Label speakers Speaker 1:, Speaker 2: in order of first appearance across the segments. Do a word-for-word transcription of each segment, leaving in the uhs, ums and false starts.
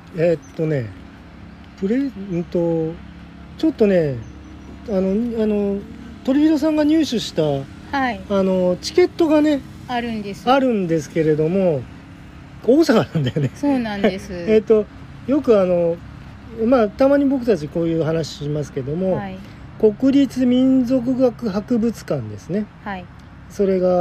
Speaker 1: えー、っとねプレんとちょっとねあのあの鳥広さんが入手した、
Speaker 2: はい、
Speaker 1: あのチケットがね
Speaker 2: あるんです
Speaker 1: あるんですけれども、大阪なんだよね。
Speaker 2: そうなんです
Speaker 1: えっとよくあのまあたまに僕たちこういう話しますけども、
Speaker 2: はい、
Speaker 1: 国立民族学博物館ですね。
Speaker 2: はい、
Speaker 1: それが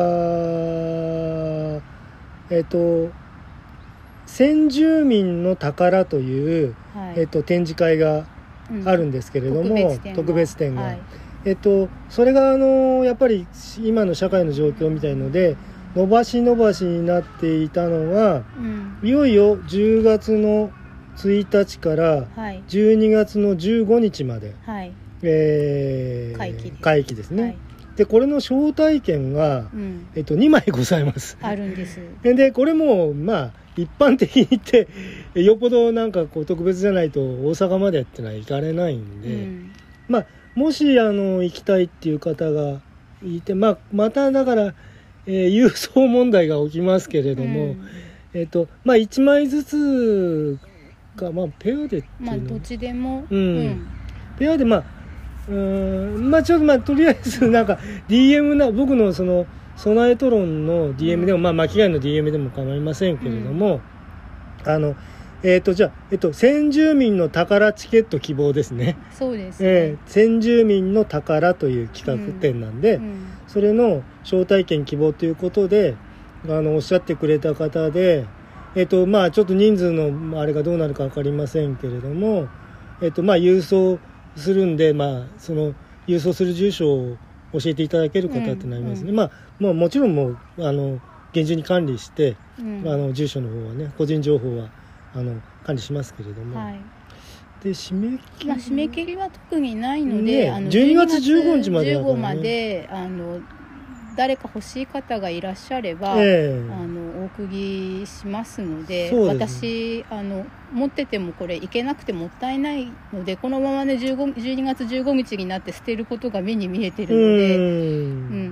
Speaker 1: えっと先住民の宝という、はい、えっと、展示会があるんですけれども、うん、特別展が、特別展が、はい、えっと、それがあのやっぱり今の社会の状況みたいので伸ばし伸ばしになっていたのが、うん、いよいよじゅうがつのついたちからじゅうにがつのじゅうごにちまで、はい、えー、会期です、会期ですね、はい、でこれの招待券が、うんえっと、にまいございます。
Speaker 2: あるんです。
Speaker 1: でこれもまあ一般的に言ってよっぽどなんかこう特別じゃないと大阪までってのは行かれないんで、うん、まあもしあの行きたいっていう方がいて、まあ、まただから、えー、郵送問題が起きますけれども、うんえっとまあ、いちまいずつか、まあ、ペアでっていうの、
Speaker 2: まあ、どっちでも、
Speaker 1: うんうん、ペアでまあうーんまあちょっとまあとりあえずなんか ディーエム な僕のその備えトロンの ディーエム でも、うん、まあ巻き貝の ディーエム でも構いませんけれども、うん、あのえっ、ー、とじゃあ、えっと、先住民の宝チケット希望ですね。
Speaker 2: そうですね、
Speaker 1: えー、先住民の宝という企画展なんで、うんうん、それの招待券希望ということであのおっしゃってくれた方で、えっとまあちょっと人数のあれがどうなるか分かりませんけれども、えっとまあ郵送するんで、まあその郵送する住所を教えていただける方ってなりますね、うんうんまあ、まあもちろんもうあの厳重に管理して、うん、あの住所の方はね個人情報はあの管理しますけれども、はい、で締め切り、
Speaker 2: まあ、締め切りは特にないので、ね、あの
Speaker 1: じゅうにがつじゅうごにちまでだからね、
Speaker 2: じゅうごまであの誰か欲しい方がいらっしゃれば、えー、あのお送りしますので、私あの持っててもこれいけなくてもったいないのでこのままねじゅうにがつじゅうごにちになって捨てることが目に見えてるので、うん、うん、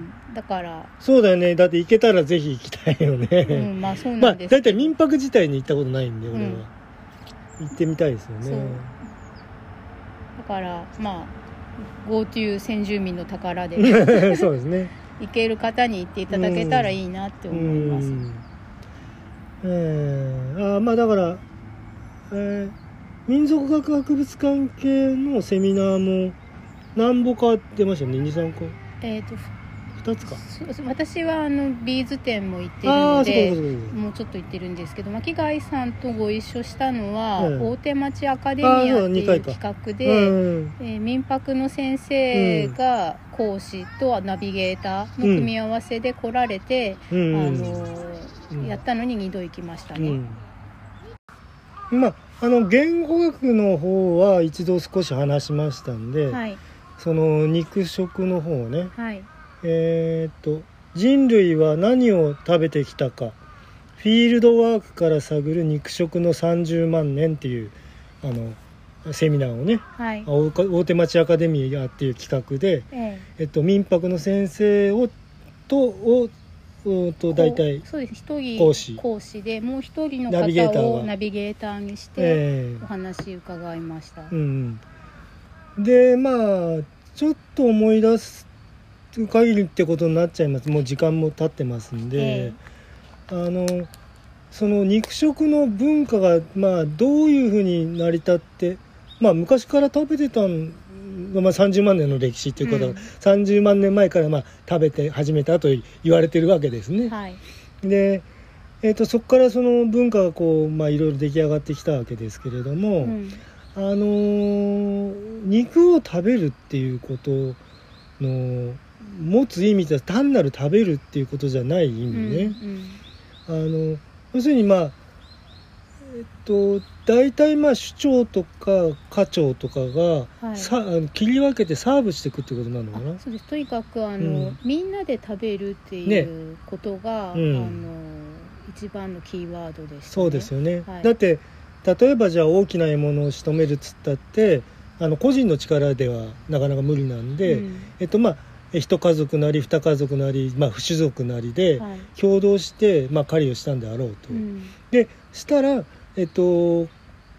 Speaker 2: だから
Speaker 1: そうだよね。だって行けたらぜひ行きたいよね、
Speaker 2: うん、まあそうなんです
Speaker 1: まあ、だいたい民泊自体に行ったことないんで俺は、うん、行ってみたいですよね。そう
Speaker 2: だからまあ GoTo 先住民の宝で
Speaker 1: そうですね
Speaker 2: 行ける方に行っていただけたらいいなって思います。うん、
Speaker 1: えー、あまあだから、えー、民族学博物館系のセミナーも何本か出ましたね。にさんこ
Speaker 2: えっ、ー、と
Speaker 1: ふたつか。
Speaker 2: 私はあのビーズ展も行ってるのでもうちょっと行ってるんですけど巻貝さんとご一緒したのは、うん、大手町アカデミアっていう企画で、うんえー、民泊の先生が講師とナビゲーターの組み合わせで来られて、うんあのー、やったのににど行きましたね、
Speaker 1: うん、まああの言語学の方は一度少し話しましたんで、はい、その肉食の方ね、はいえー、っと人類は何を食べてきたかフィールドワークから探る肉食のさんじゅうまんねんっていうあのセミナーをね、はい、大手町アカデミアっていう企画で、えええっと、民泊の先生をとをと大体
Speaker 2: そうです一人
Speaker 1: 講師
Speaker 2: 講師でもう一人の方をナビゲーターにしてお話伺いました、え
Speaker 1: ーうん、でまあちょっと思い出す限りってことになっちゃいます。もう時間も経ってますんで、えー、あのその肉食の文化が、まあ、どういうふうに成り立って、まあ、昔から食べてたん、まあ、さんじゅうまんねんの歴史ということが、うん、さんじゅうまんねんまえからまあ食べて始めたと言われてるわけですね、はい、で、えーと、そこからその文化がこう、まあ、いろいろ出来上がってきたわけですけれども、うん、あのー、肉を食べるっていうことの持つ意味って単なる食べるっていうことじゃない意味ね、うんうん、あの要するにまあえっと大体まあ首長とか課長とかが、はい、さあの切り分けてサーブしていくってことなのかな。
Speaker 2: そうです。とにかくあの、うん、みんなで食べるっていうことが、ねうん、あの一番のキーワードでしたね。
Speaker 1: そうですよね、はい、だって例えばじゃあ大きな獲物を仕留めるっつったってあの個人の力ではなかなか無理なんで、うん、えっとまあ一家族なり二家族なり、まあ、種族なりで共同して、まあ、狩りをしたんであろうと、うん、でしたら、えっと、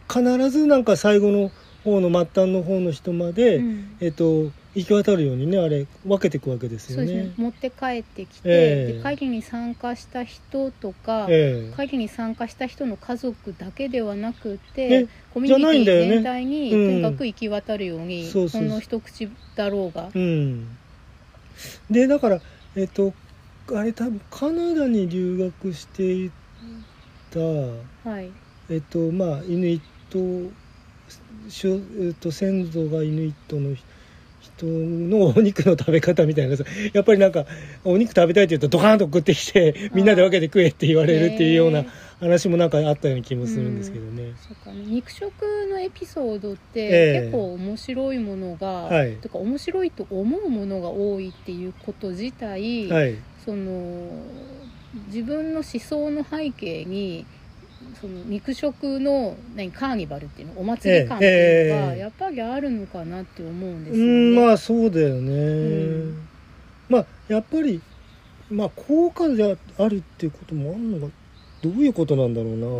Speaker 1: 必ずなんか最後の方の末端の方の人まで、
Speaker 2: うん、
Speaker 1: えっと行き渡るようにねあれ分けていくわけですよね。
Speaker 2: そうですね、持って帰ってきて、
Speaker 1: えー、
Speaker 2: で会議に参加した人とか、
Speaker 1: えー、
Speaker 2: 会議に参加した人の家族だけではなくて、
Speaker 1: ね、
Speaker 2: コミュニティ全体に、
Speaker 1: ね、うん、
Speaker 2: とにかく行き渡るように、
Speaker 1: そうそうそう、
Speaker 2: ほんの一口だろうが、
Speaker 1: うん、でだからえっとあれ多分カナダに留学していた、
Speaker 2: はい、
Speaker 1: えっとまあイヌイットしょ、えっと、先祖がイヌイットの人のお肉の食べ方みたいな、やっぱりなんかお肉食べたいって言うとドカーンと食ってきてみんなで分けて食えって言われるっていうような話もなんかあったような気もするんですけどね、うん、
Speaker 2: そうかね、肉食のエピソードって結構面白いものが、えー、とか面白いと思うものが多いっていうこと自体、はい、その自分の思想の背景にその肉食の何カーニバルっていうのお祭り感っていうのがやっぱりあるのかなって思うんですよね、
Speaker 1: うん、まあそうだよね、うん、まあやっぱりまあ高価であるっていうこともあるのがどういうことなんだろうな、うん、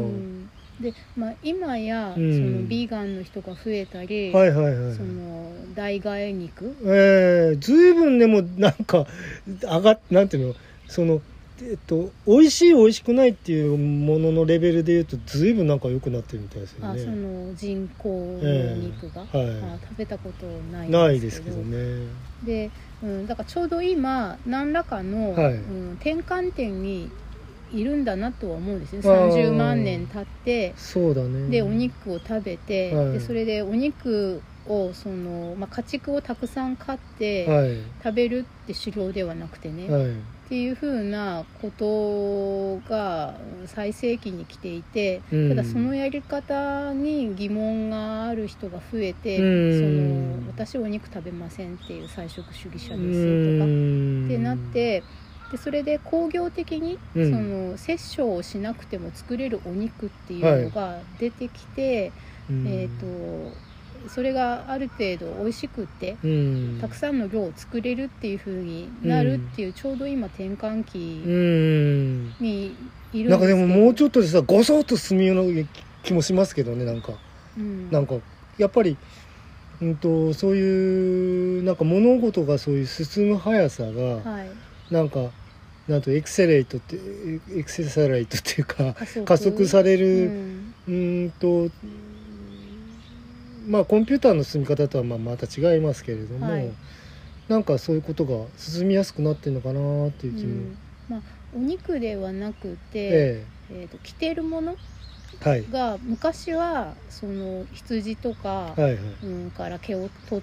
Speaker 2: で、まあ、今や、うん、そのビーガンの人が増えたり、
Speaker 1: はいはいはい、
Speaker 2: その代替肉、
Speaker 1: えー、ずいぶんでもなんか上がっなんていうのそのえっと、美味しい美味しくないっていうもののレベルでいうとずいぶんなんか良くなってるみたいですよね。
Speaker 2: あその人工の肉が、えーはい、あ食べたことないんですけど、
Speaker 1: ないですけどね。
Speaker 2: で、うん、だからちょうど今何らかの、はい、うん、転換点にいるんだなとは思うんですね。さんじゅうまんねん経って
Speaker 1: そうだね。
Speaker 2: でお肉を食べて、はい、でそれでお肉をその、まあ、家畜をたくさん飼って食べるって狩猟ではなくてね、はい、っていう風なことが最盛期に来ていて、うん、ただそのやり方に疑問がある人が増えて、うん、その私お肉食べませんっていう菜食主義者ですとか、うん、ってなってでそれで工業的に、うん、その殺生をしなくても作れるお肉っていうのが出てきて、はい、えーとそれがある程度美味しくって、うん、たくさんの量を作れるっていう風になるっていう、うん、ちょうど今転換期にいるんですけど、
Speaker 1: なんかでももうちょっとでさごそっと進むような気もしますけどね、なんか、うん、なんかやっぱり、うんと、そういうなんか物事がそういう進む速さが、はい、なんかなんとエクセレートってエクセサレートっていうか加速、加速される、うん、うんとまあ、コンピューターの進み方とはまあまた違いますけれども、はい、なんかそういうことが進みやすくなってるのかなっていう気も、うん
Speaker 2: まあ、お肉ではなくて、えーえーと着てるものが、はい、昔はその羊とか、はいはいうん、から毛を取って、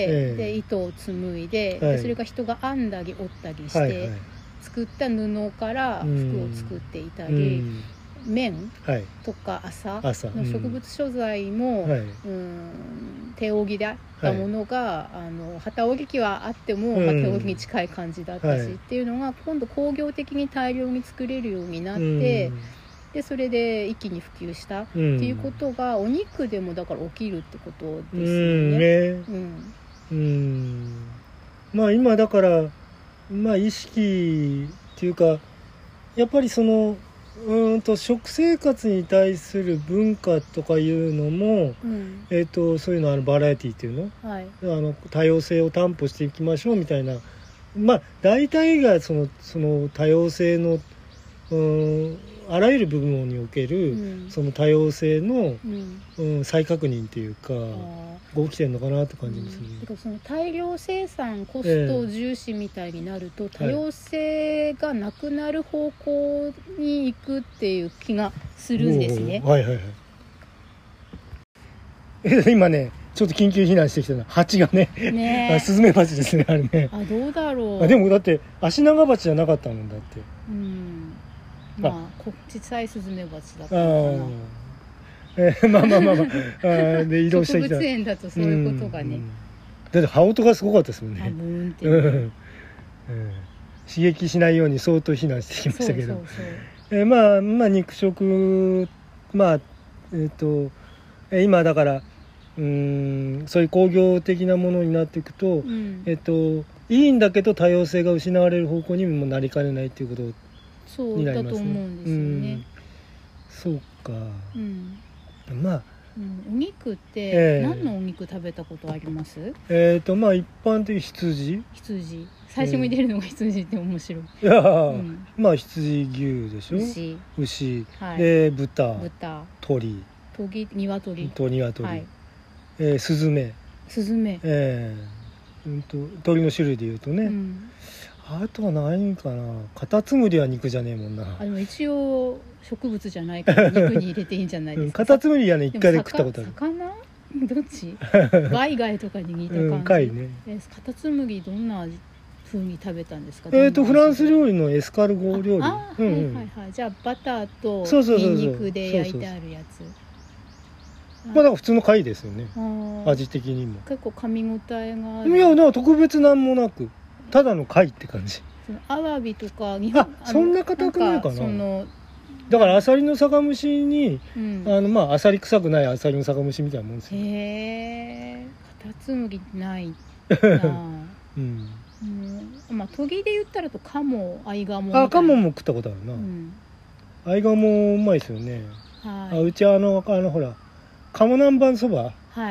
Speaker 2: えー、で糸を紡いで、はい、でそれが人が編んだり折ったりして、はいはい、作った布から服を作っていたり、うん綿とか麻の植物素材も、はい、うん手織りだったものが、はい、あの機織り機はあっても、うんまあ、手織りに近い感じだったし、はい、っていうのが今度工業的に大量に作れるようになって、うん、でそれで一気に普及したっていうことが、うん、お肉でもだから起きるってことですよね。うんね
Speaker 1: うんうんまあ今だからまあ意識っていうかやっぱりそのうんと食生活に対する文化とかいうのも、うんえー、とそういうのあのバラエティっていうの、はい、あの多様性を担保していきましょうみたいな、まあ大体がその、その多様性のうんあらゆる部分における、うん、その多様性の、うんうん、再確認っていうかが起きてるのかなって感じですね、うん、
Speaker 2: だからその大量生産コスト重視みたいになると、えー、多様性がなくなる方向に行くっていう気がするんですね、
Speaker 1: はいはいはい、今ねちょっと緊急避難してきたの蜂が ね, ねスズメバチですねあれね
Speaker 2: あどうだろう
Speaker 1: あでもだってアシナガバチじゃなかったもんだって
Speaker 2: うんまあ小さいスズメバチだったのかな
Speaker 1: えー、まあまあまあまあで移動してきた
Speaker 2: 植物園だとそういうことがね、うん、
Speaker 1: だって羽音がすごかったですもんね、
Speaker 2: ブーンって、ねうん、
Speaker 1: 刺激しないように相当避難してきましたけどそうそうそう、えー、まあまあ肉食まあえっ、ー、と今だからうーんそういう工業的なものになっていくと、うん、えっ、ー、といいんだけど多様性が失われる方向にもなりかねないっていうことになりますね。
Speaker 2: そうだと思うんですよね、
Speaker 1: うん、そうか、うん、まあ、
Speaker 2: うん、 肉って何のお肉食べたことあります？
Speaker 1: えっ、ー、とまあ一般的に羊
Speaker 2: 羊最初に出るのが羊って面白い、
Speaker 1: いや、うん、まあ羊牛でしょ、
Speaker 2: 牛
Speaker 1: 牛、
Speaker 2: はい、
Speaker 1: で豚
Speaker 2: 豚
Speaker 1: 鳥
Speaker 2: 鳥鶏
Speaker 1: と鶏、
Speaker 2: はい、
Speaker 1: えー、スズメ
Speaker 2: スズメ、
Speaker 1: えーうんと、鳥の種類でいうとね、うん、あとは何かな、カタツムリは肉じゃねえもんな。
Speaker 2: あの一応植物じゃないから肉に入れていいんじゃないですか、
Speaker 1: うん、カタツムリはね一回で食ったことある。
Speaker 2: 魚どっちバイガイとかに似た感じ、うん、
Speaker 1: 貝ね。
Speaker 2: えカタツムリどんな味風に食べたんですか？
Speaker 1: えーとフランス料理のエスカルゴ料理。
Speaker 2: ああ、うんうん、はいはいはい。じゃあバターとニンニクで焼いてあるやつ。
Speaker 1: まあだから普通の貝ですよね、味的にも
Speaker 2: 結構噛み応えがある。
Speaker 1: いやなんか特別なんもなくただの貝って感じ。
Speaker 2: アワビとか日本
Speaker 1: あそんな硬くないかな。
Speaker 2: その
Speaker 1: だからアサリの酒蒸しに、うん、あのまあアサリ臭くないアサリの酒蒸しみたいなもんですよ。
Speaker 2: へえカタツムリないなうん、うん、まあ研ぎで言ったらとカモアイガモ。
Speaker 1: あカモも食ったことあるな、うん、アイガモうまいですよね、はい、あうちあのあのほら鴨南蛮そば、はい、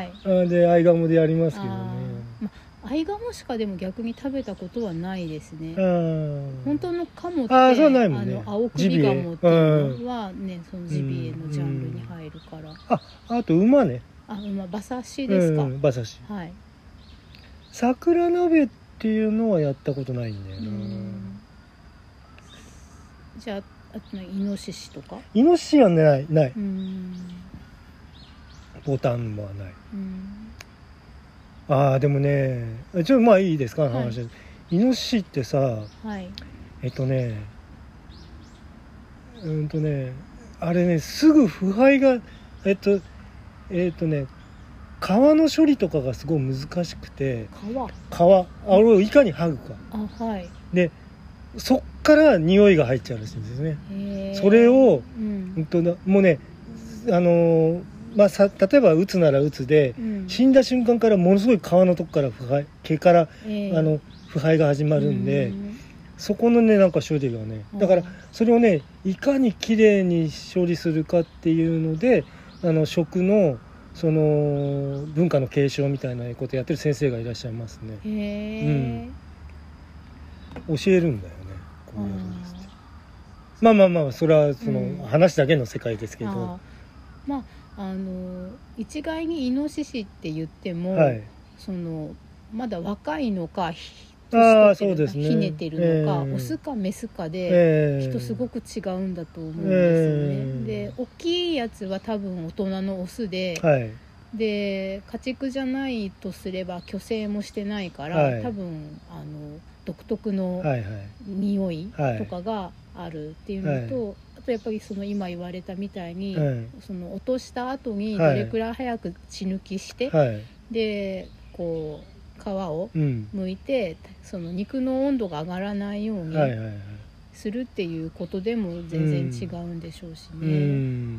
Speaker 1: でアイガモでやりますけどね。
Speaker 2: まあ、アイガモしかでも逆に食べたことはないですね。本当のカモって
Speaker 1: あそうないもん、ね、
Speaker 2: あの青首ガモっていうのはねそのジビエのジャンルに入るから。
Speaker 1: ああと馬ね。
Speaker 2: あ馬馬刺しですか。うん、
Speaker 1: 馬刺し。はい。桜鍋っていうのはやったことないんだよな。
Speaker 2: じゃああとイノシシとか。
Speaker 1: イノシシはないない。うんボタンはない、うん、ああでもねちょっとまあいいですか話、はい、イノシシってさ、はい、えっとねうんとねあれねすぐ腐敗がえっとえっとね皮の処理とかがすごい難しくて皮皮あれをいかに剥ぐかあ、はい、でそっから匂いが入っちゃうらしいんですね。へそれを、うん、うんともうねあのーまあ、さ例えばうつならうつで、うん、死んだ瞬間からものすごい皮のとこから腐敗毛から、えー、あの腐敗が始まるんで、うん、そこのねなんか処理がねだからそれをねいかにきれいに処理するかっていうのであの食のその文化の継承みたいなことやってる先生がいらっしゃいますね。へうん、教えるんだよねこうやるんですって。まあまあまあそれはその話だけの世界ですけど、うん、あ
Speaker 2: まああの一概にイノシシって言っても、はい、そのまだ若いのか
Speaker 1: あそうです、ね、
Speaker 2: ひねてるのか、えー、オスかメスかで人すごく違うんだと思うんですよね、えー、で大きいやつは多分大人のオスで、はい、で家畜じゃないとすれば去勢もしてないから、はい、多分あの独特の匂いとかがあるっていうのと、はいはいあとやっぱりその今言われたみたいに、はい、その落とした後にどれくらい早く血抜きして、はい、でこう皮を剥いて、うん、その肉の温度が上がらないようにするっていうことでも全然違うんでしょうしね、うんうん、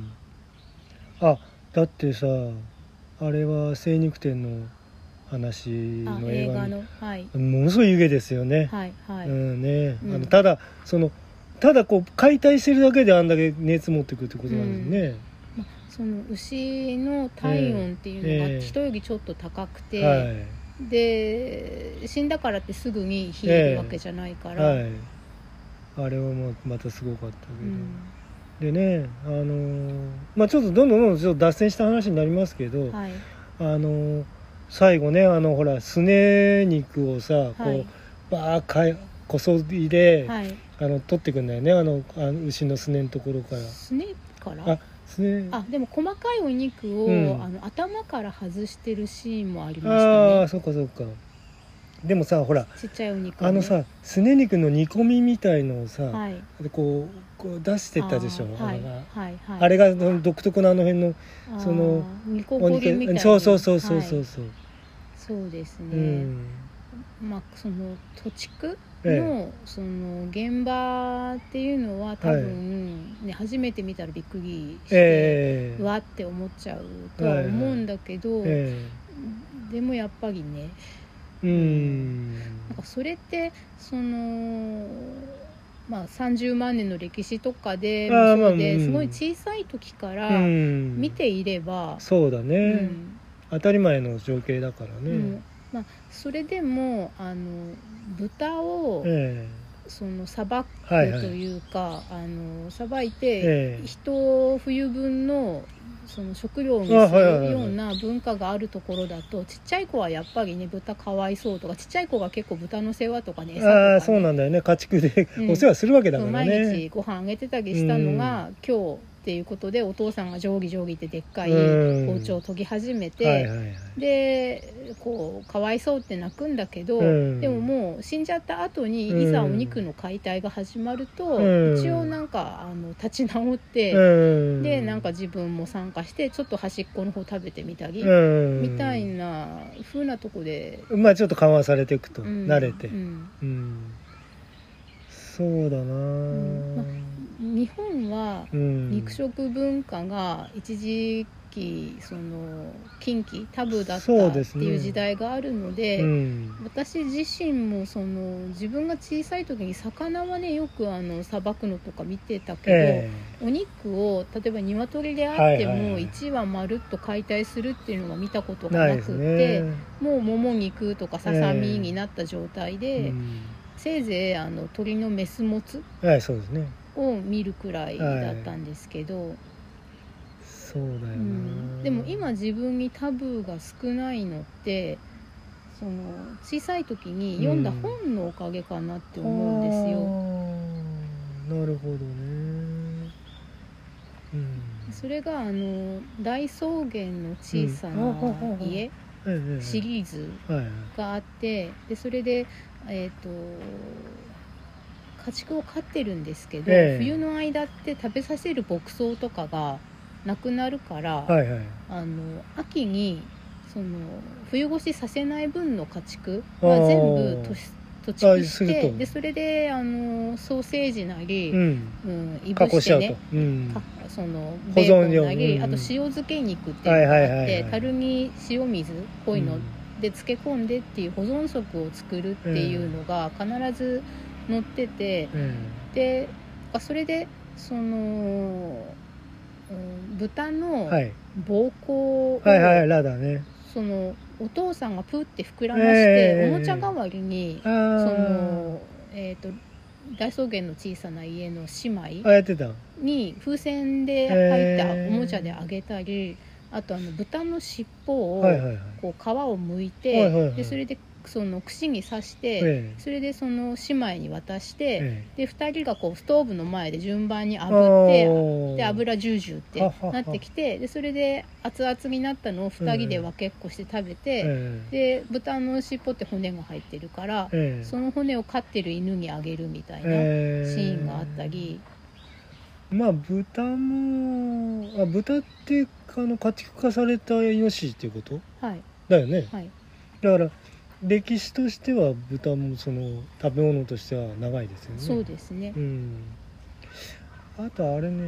Speaker 1: あだってさあれは精肉店の話の映画の、はい、ものすごい湯気ですよね、はいはいうんねうん、あのただそのただこう解体してるだけであんだけ熱持ってくるってことなんですね、うん
Speaker 2: まあ、その牛の体温っていうのが人よりちょっと高くて、えーはい、で死んだからってすぐに冷えるわけじゃないから、えー
Speaker 1: はい、あれはまたすごかったけど、うん、でねあのーまあ、ちょっとどんどんどんどんちょっと脱線した話になりますけど、はい、あのー、最後ねあのほらすね肉をさこう、はい、バーかいこそぎで、はい、あの取ってくんだよねあのあの牛のすねのところから
Speaker 2: すねから
Speaker 1: あすね
Speaker 2: あでも細かいお肉を、うん、あの頭から外してるシーンもありましたね。
Speaker 1: ああそうかそうか。でもさほら
Speaker 2: ちっちゃいお肉、ね、
Speaker 1: あのさすね肉の煮込みみたいのをさ、はい、こう、こう出してたでしょ あ, あれが、はいはいはい、あれが独特なあの辺のその
Speaker 2: 煮こごりみたいな
Speaker 1: そうそうそうそうそうそう、はい、
Speaker 2: そうですね、うんまあ、その土地区の、ええ、その現場っていうのは多分、はいね、初めて見たらびっくりして、ええ、うわって思っちゃうとは思うんだけど、はいはいええ、でもやっぱりね
Speaker 1: うん
Speaker 2: なんかそれってそのまあ、さんじゅうまんねんの歴史とかでもそうで、すごい小さい時から見ていれば、
Speaker 1: うん、そうだね、うん、当たり前の情景だからね、うん
Speaker 2: まあ、それでもあの豚を、えー、そのさばくというか、はいはい、あのさばいて、えー、一冬分のその食料にするような文化があるところだと、ちっちゃい子はやっぱりね豚かわいそうとか、ちっちゃい子が結構豚の世話とかね、餌とかね、
Speaker 1: あそうなんだよね、家畜でお世話するわけだからね、
Speaker 2: うん、毎日ご飯あげてたりしたのが、うん、今日っていうことでお父さんが定規定規ってでっかい包丁を研ぎ始めて、はいはいはい、でこうかわいそうって泣くんだけど、うん、でももう死んじゃった後にいざお肉の解体が始まると、うん、一応なんかあの立ち直って、うん、でなんか自分も参加してちょっと端っこの方食べてみたり、うん、みたいな風なとこで
Speaker 1: まあちょっと緩和されていくと、うん、慣れて、うんうん、そうだな、うんまあ
Speaker 2: 日本は肉食文化が一時期その禁忌タブーだったっていう時代があるので、うん、私自身もその自分が小さい時に魚はねよくあのさばくのとか見てたけど、えー、お肉を例えば鶏であってもいちわまるっと解体するっていうのが見たことがなくって、ね、もうもも肉とかささみになった状態で、えーうん、せいぜいあの鶏のメスもつ、
Speaker 1: はい、そうですね
Speaker 2: を見るくらいだったんですけど、はい、
Speaker 1: そうだよな、うん、
Speaker 2: でも今自分にタブーが少ないのってその小さい時に読んだ本のおかげかなって思うんですよ、
Speaker 1: うん、なるほどね、
Speaker 2: うん、それがあの大草原の小さな家、うん、シリーズがあって、でそれでえっと家畜を飼ってるんですけど、えー、冬の間って食べさせる牧草とかがなくなるから、はいはい、あの秋にその冬越しさせない分の家畜は全部土地して、でそれであのソーセージなり、うんうん、いぶしてね、うん、そのベーコンなり、うん、あと塩漬け肉っていうのがあって、はいはいはいはい、樽に塩水こういうので漬け込んでっていう保存食を作るっていうのが必ず載ってて、うん、でそれでその、うん、豚の膀胱を、
Speaker 1: はいはいはい、ラダね、
Speaker 2: そのお父さんがプーって膨らまして、えー、おもちゃ代わりにその、えーと、大草原の小さな家の姉妹に風船で入ったおもちゃであげたり、えー、あとあの豚の尻尾を、はいはいはい、こう皮を剥いて、はいはいはい、でそれでその串に刺して、ええ、それでその姉妹に渡して、ええ、でふたりがこうストーブの前で順番に炙ってで油ジュージューってなってきて、でそれで熱々になったのをふたりで分けっこして食べて、ええ、で豚の尻尾って骨が入ってるから、ええ、その骨を飼ってる犬にあげるみたいなシーンがあったり、
Speaker 1: えまあ豚もあ豚ってあの家畜化されたイノシシっていうこと、はい、だよね、はい、だから歴史としては豚もその食べ物としては長いですよね。
Speaker 2: そうですね、うん、
Speaker 1: あとあれね、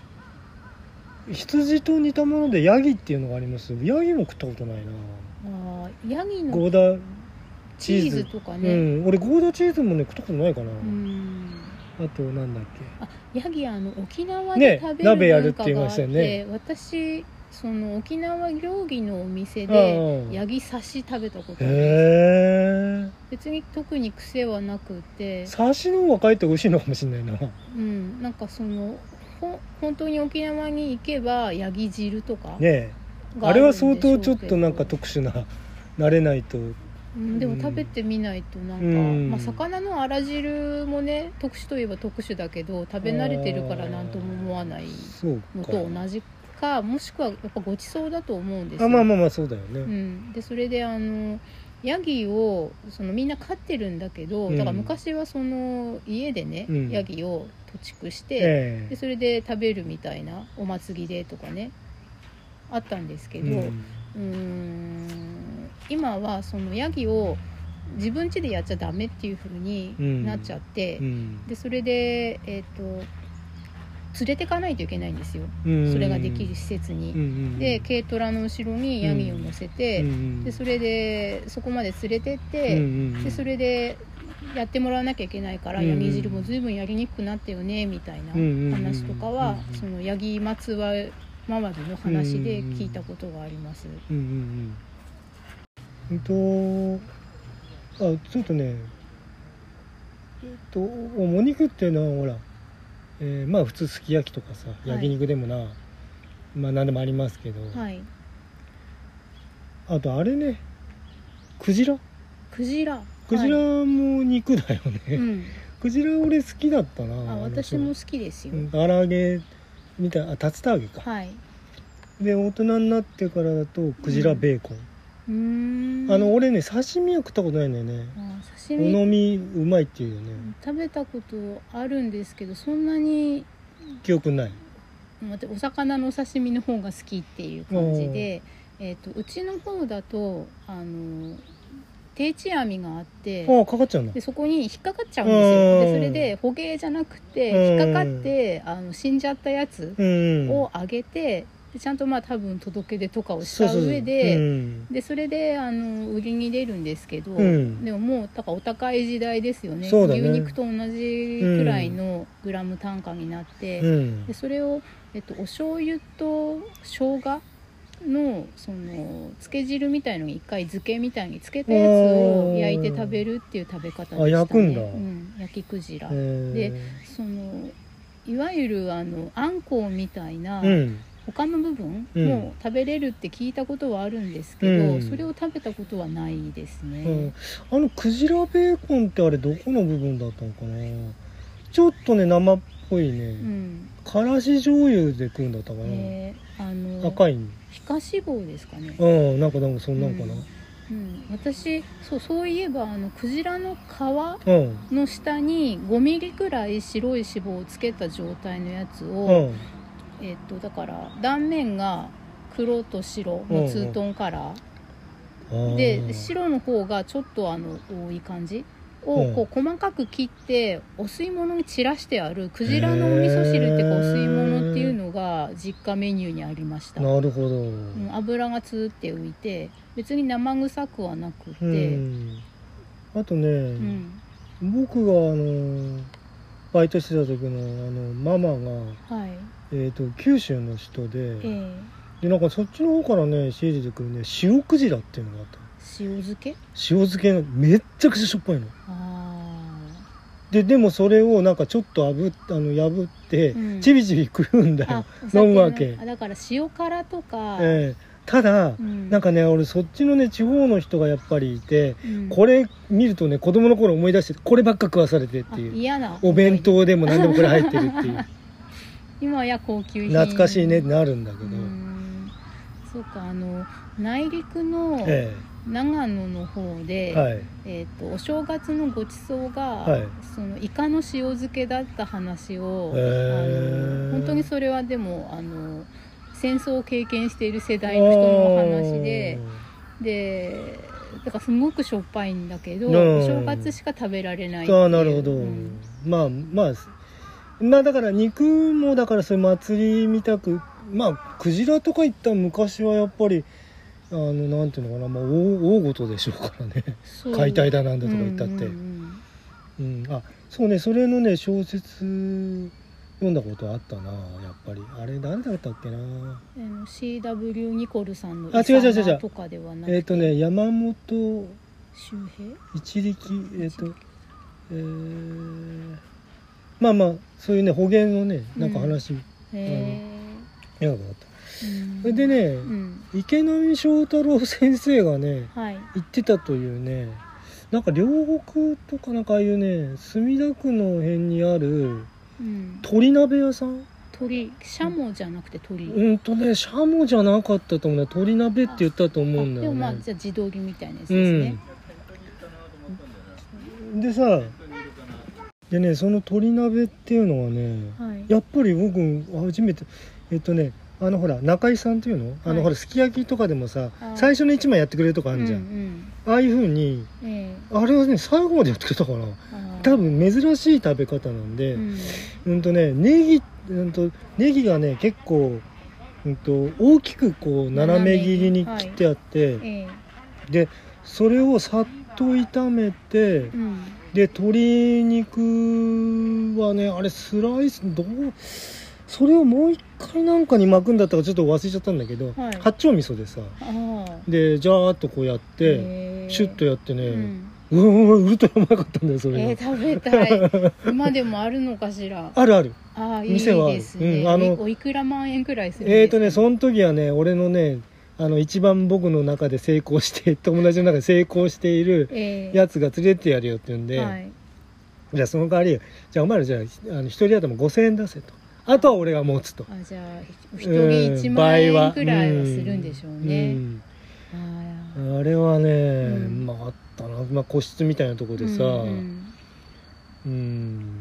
Speaker 1: 羊と似たものでヤギっていうのがあります。ヤギも食ったことないな。
Speaker 2: あヤギの
Speaker 1: ゴーダ
Speaker 2: チーズとかね、
Speaker 1: うん、俺ゴーダチーズもね食ったことないかな。うんあとなんだっけ、
Speaker 2: あヤギあの沖縄で食べる文化があって、ね、私その沖縄料理のお店でヤギ刺し食べたことあるんです。別に特に癖はなくて、
Speaker 1: 刺しの方がかえって美味しいのかもしれないな。
Speaker 2: うんなんかそのほ本当に沖縄に行けばヤギ汁とか
Speaker 1: ね、あれは相当ちょっとなんか特殊な慣れないと、
Speaker 2: うん、でも食べてみないとなんか、うんまあ、魚のあら汁もね特殊といえば特殊だけど食べ慣れてるからなんとも思わないのと同じか、もしくはやっぱごちそうだと思うんですよ。
Speaker 1: あまあまあまあそうだよね、
Speaker 2: うん、でそれであのヤギをそのみんな飼ってるんだけど、だから昔はその家でね、うん、ヤギを屠畜して、えー、でそれで食べるみたいなお祭りでとかねあったんですけど、うん、うーん今はそのヤギを自分家でやっちゃダメっていう風になっちゃって、うん、でそれでえっと連れてかないといけないんですよ、うん、それができる施設に、うん、で軽トラの後ろにヤギを乗せて、うん、でそれでそこまで連れてって、うん、でそれでやってもらわなきゃいけないから、うん、ヤギ汁も随分やりにくくなったよねみたいな話とかは、うん、そのヤギまつわりの話で聞いたことがあります。うん
Speaker 1: うんうん、とあちょっとねえっとお肉っていうのはほら、えー、まあ普通すき焼きとかさ、はい、焼肉でもなまあ何でもありますけど、はい、あとあれねクジラ
Speaker 2: クジラ
Speaker 1: クジラも肉だよね、はい、うん、クジラ俺好きだったな。
Speaker 2: あ私も好きですよ。
Speaker 1: 唐揚げみたいな竜田揚げか、はい、で大人になってからだとクジラベーコン、うん、あの俺ね刺身は食ったことないんだよね。あ刺身お飲みうまいっていうよね。
Speaker 2: 食べたことあるんですけどそんなに
Speaker 1: 記憶ない。
Speaker 2: お魚のお刺身の方が好きっていう感じで、えー、とうちの方だとあの定置網があって
Speaker 1: あかかっちゃうんだ。
Speaker 2: でそこに引っかかっちゃうんですよ。でそれで捕鯨じゃなくて引っかかってあの死んじゃったやつをあげてでちゃんとまあ多分届け出とかをした上で、そうそう、うん、でそれであの売りに出るんですけど、うん、でももうだからお高い時代ですよ ね, ね牛肉と同じくらいのグラム単価になって、うん、でそれを、えっと、お醤油と生姜のその漬け汁みたいのに一回漬けみたいに漬けたやつを焼いて食べるっていう食べ方でしたね。あ
Speaker 1: 焼くんだ、
Speaker 2: うん、焼きクジラでそのいわゆるあのあんこうみたいな、うん他の部分も食べれるって聞いたことはあるんですけど、うん、それを食べたことはないですね、
Speaker 1: うん、あのクジラベーコンってあれどこの部分だったのかな。ちょっとね生っぽいね、うん、からし醤油で食うんだったかな、えー、あの赤い
Speaker 2: 皮下脂肪ですかね。
Speaker 1: うんなんかでもそんなんかな、うん
Speaker 2: うん、私 そう、そういえばあのクジラの皮の下にごミリくらい白い脂肪をつけた状態のやつを、うんえー、とだから断面が黒と白のツートンカラー、うんうん、で白の方がちょっとあの多い感じをこう細かく切ってお吸い物に散らしてあるクジラのお味噌汁っていうかお吸い物っていうのが実家メニューにありました。
Speaker 1: なるほど、う
Speaker 2: ん、油がツーって浮いて別に生臭くはなくて、うん、
Speaker 1: あとね、うん、僕があのバイトしてた時のあのママが、はいえー、と九州の人で、えー、でなんかそっちの方からね仕入れてくるね塩クジラっていうのがあった。
Speaker 2: 塩漬け？
Speaker 1: 塩漬けのめっちゃくちゃしょっぱいの。あででもそれをなんかちょっとあぶあの破って、うん、ちびちび食うんだよ。飲むわけ。
Speaker 2: だから塩辛とか、
Speaker 1: えー、ただ、うん、なんかね俺そっちのね地方の人がやっぱりいて、うん、これ見るとね子供の頃思い出してこればっか食わされてっていう。
Speaker 2: 嫌な
Speaker 1: お弁当でも何でもこれ入ってるっていう。
Speaker 2: 今や高級品
Speaker 1: 懐かしいねってなるんだけど、
Speaker 2: うんそうかあの内陸の長野の方で、えええー、とお正月のごちそうが、はい、そのイカの塩漬けだった話を、えー、あの本当にそれはでもあの戦争を経験している世代の人のお話ででだからすごくしょっぱいんだけどお正月しか食べられないっていう。
Speaker 1: あなるほど、うん、まあまあまあだから肉もだからそういう祭りみたくまあクジラとかいった昔はやっぱりあのなんていうのかな、まあ、大, 大事でしょうからね解体だなんだとか言ったって、うんうんうん、あそうねそれのね小説読んだことあったなやっぱりあれ誰だったっけな
Speaker 2: シーダブリュー ニコルさんのイサマとかではなくて
Speaker 1: えっ、ー、とね山本
Speaker 2: 周平
Speaker 1: 一力えっ、ー、とえーまあまあそういうね捕鯨のねなんか話、うん、へえ長かった、うん、それでね、うん、池波正太郎先生がね、はい、言ってたというねなんか両国とかなんかああいうね墨田区の辺にある、うん、鳥鍋屋さん
Speaker 2: 鳥シャモじゃなくて鳥
Speaker 1: うんとねシャモじゃなかったと思うね鳥鍋って言ったと思うんだよね。
Speaker 2: でもまあじゃあ地鶏みたいなやつですね、
Speaker 1: うん、でさでねその鶏鍋っていうのはね、はい、やっぱり僕初めてえっとねあのほら中井さんっていうの、はい、あのほらすき焼きとかでもさ最初のいちまいやってくれるとかあるじゃん、うんうん、ああいう風に、えー、あれはね最後までやってくれたから多分珍しい食べ方なんで、うん、うんとねネギ、うんとネギがね結構、うんと大きくこう斜め切りに切ってあって、はいえー、でそれをさっと炒めて、うんで鶏肉はねあれスライスどうそれをもう一回なんかに巻くんだったかちょっと忘れちゃったんだけど、はい、八丁味噌でさでジャーっとこうやってシュッとやってね、うんうわウルトラうまかったんだよそれ。
Speaker 2: えー、食べたい。今でもあるのかしら。
Speaker 1: あるある。
Speaker 2: あいいですね。うん、あのおいくら万円くらいするんですか。
Speaker 1: えっ、ー、とねその時はね俺のねあの一番僕の中で成功して友達の中で成功しているやつが連れてやるよって言うんで、えーはい、じゃあその代わりじゃあお前らじゃああの一人頭ごせんえん出せと。あとは俺が持つと。
Speaker 2: あじゃあ一人いちまん円くらいはするんでしょうね。うん
Speaker 1: うん、あ, あれはね、うん、まああったな、まあ、個室みたいなところでさ、うん、うん、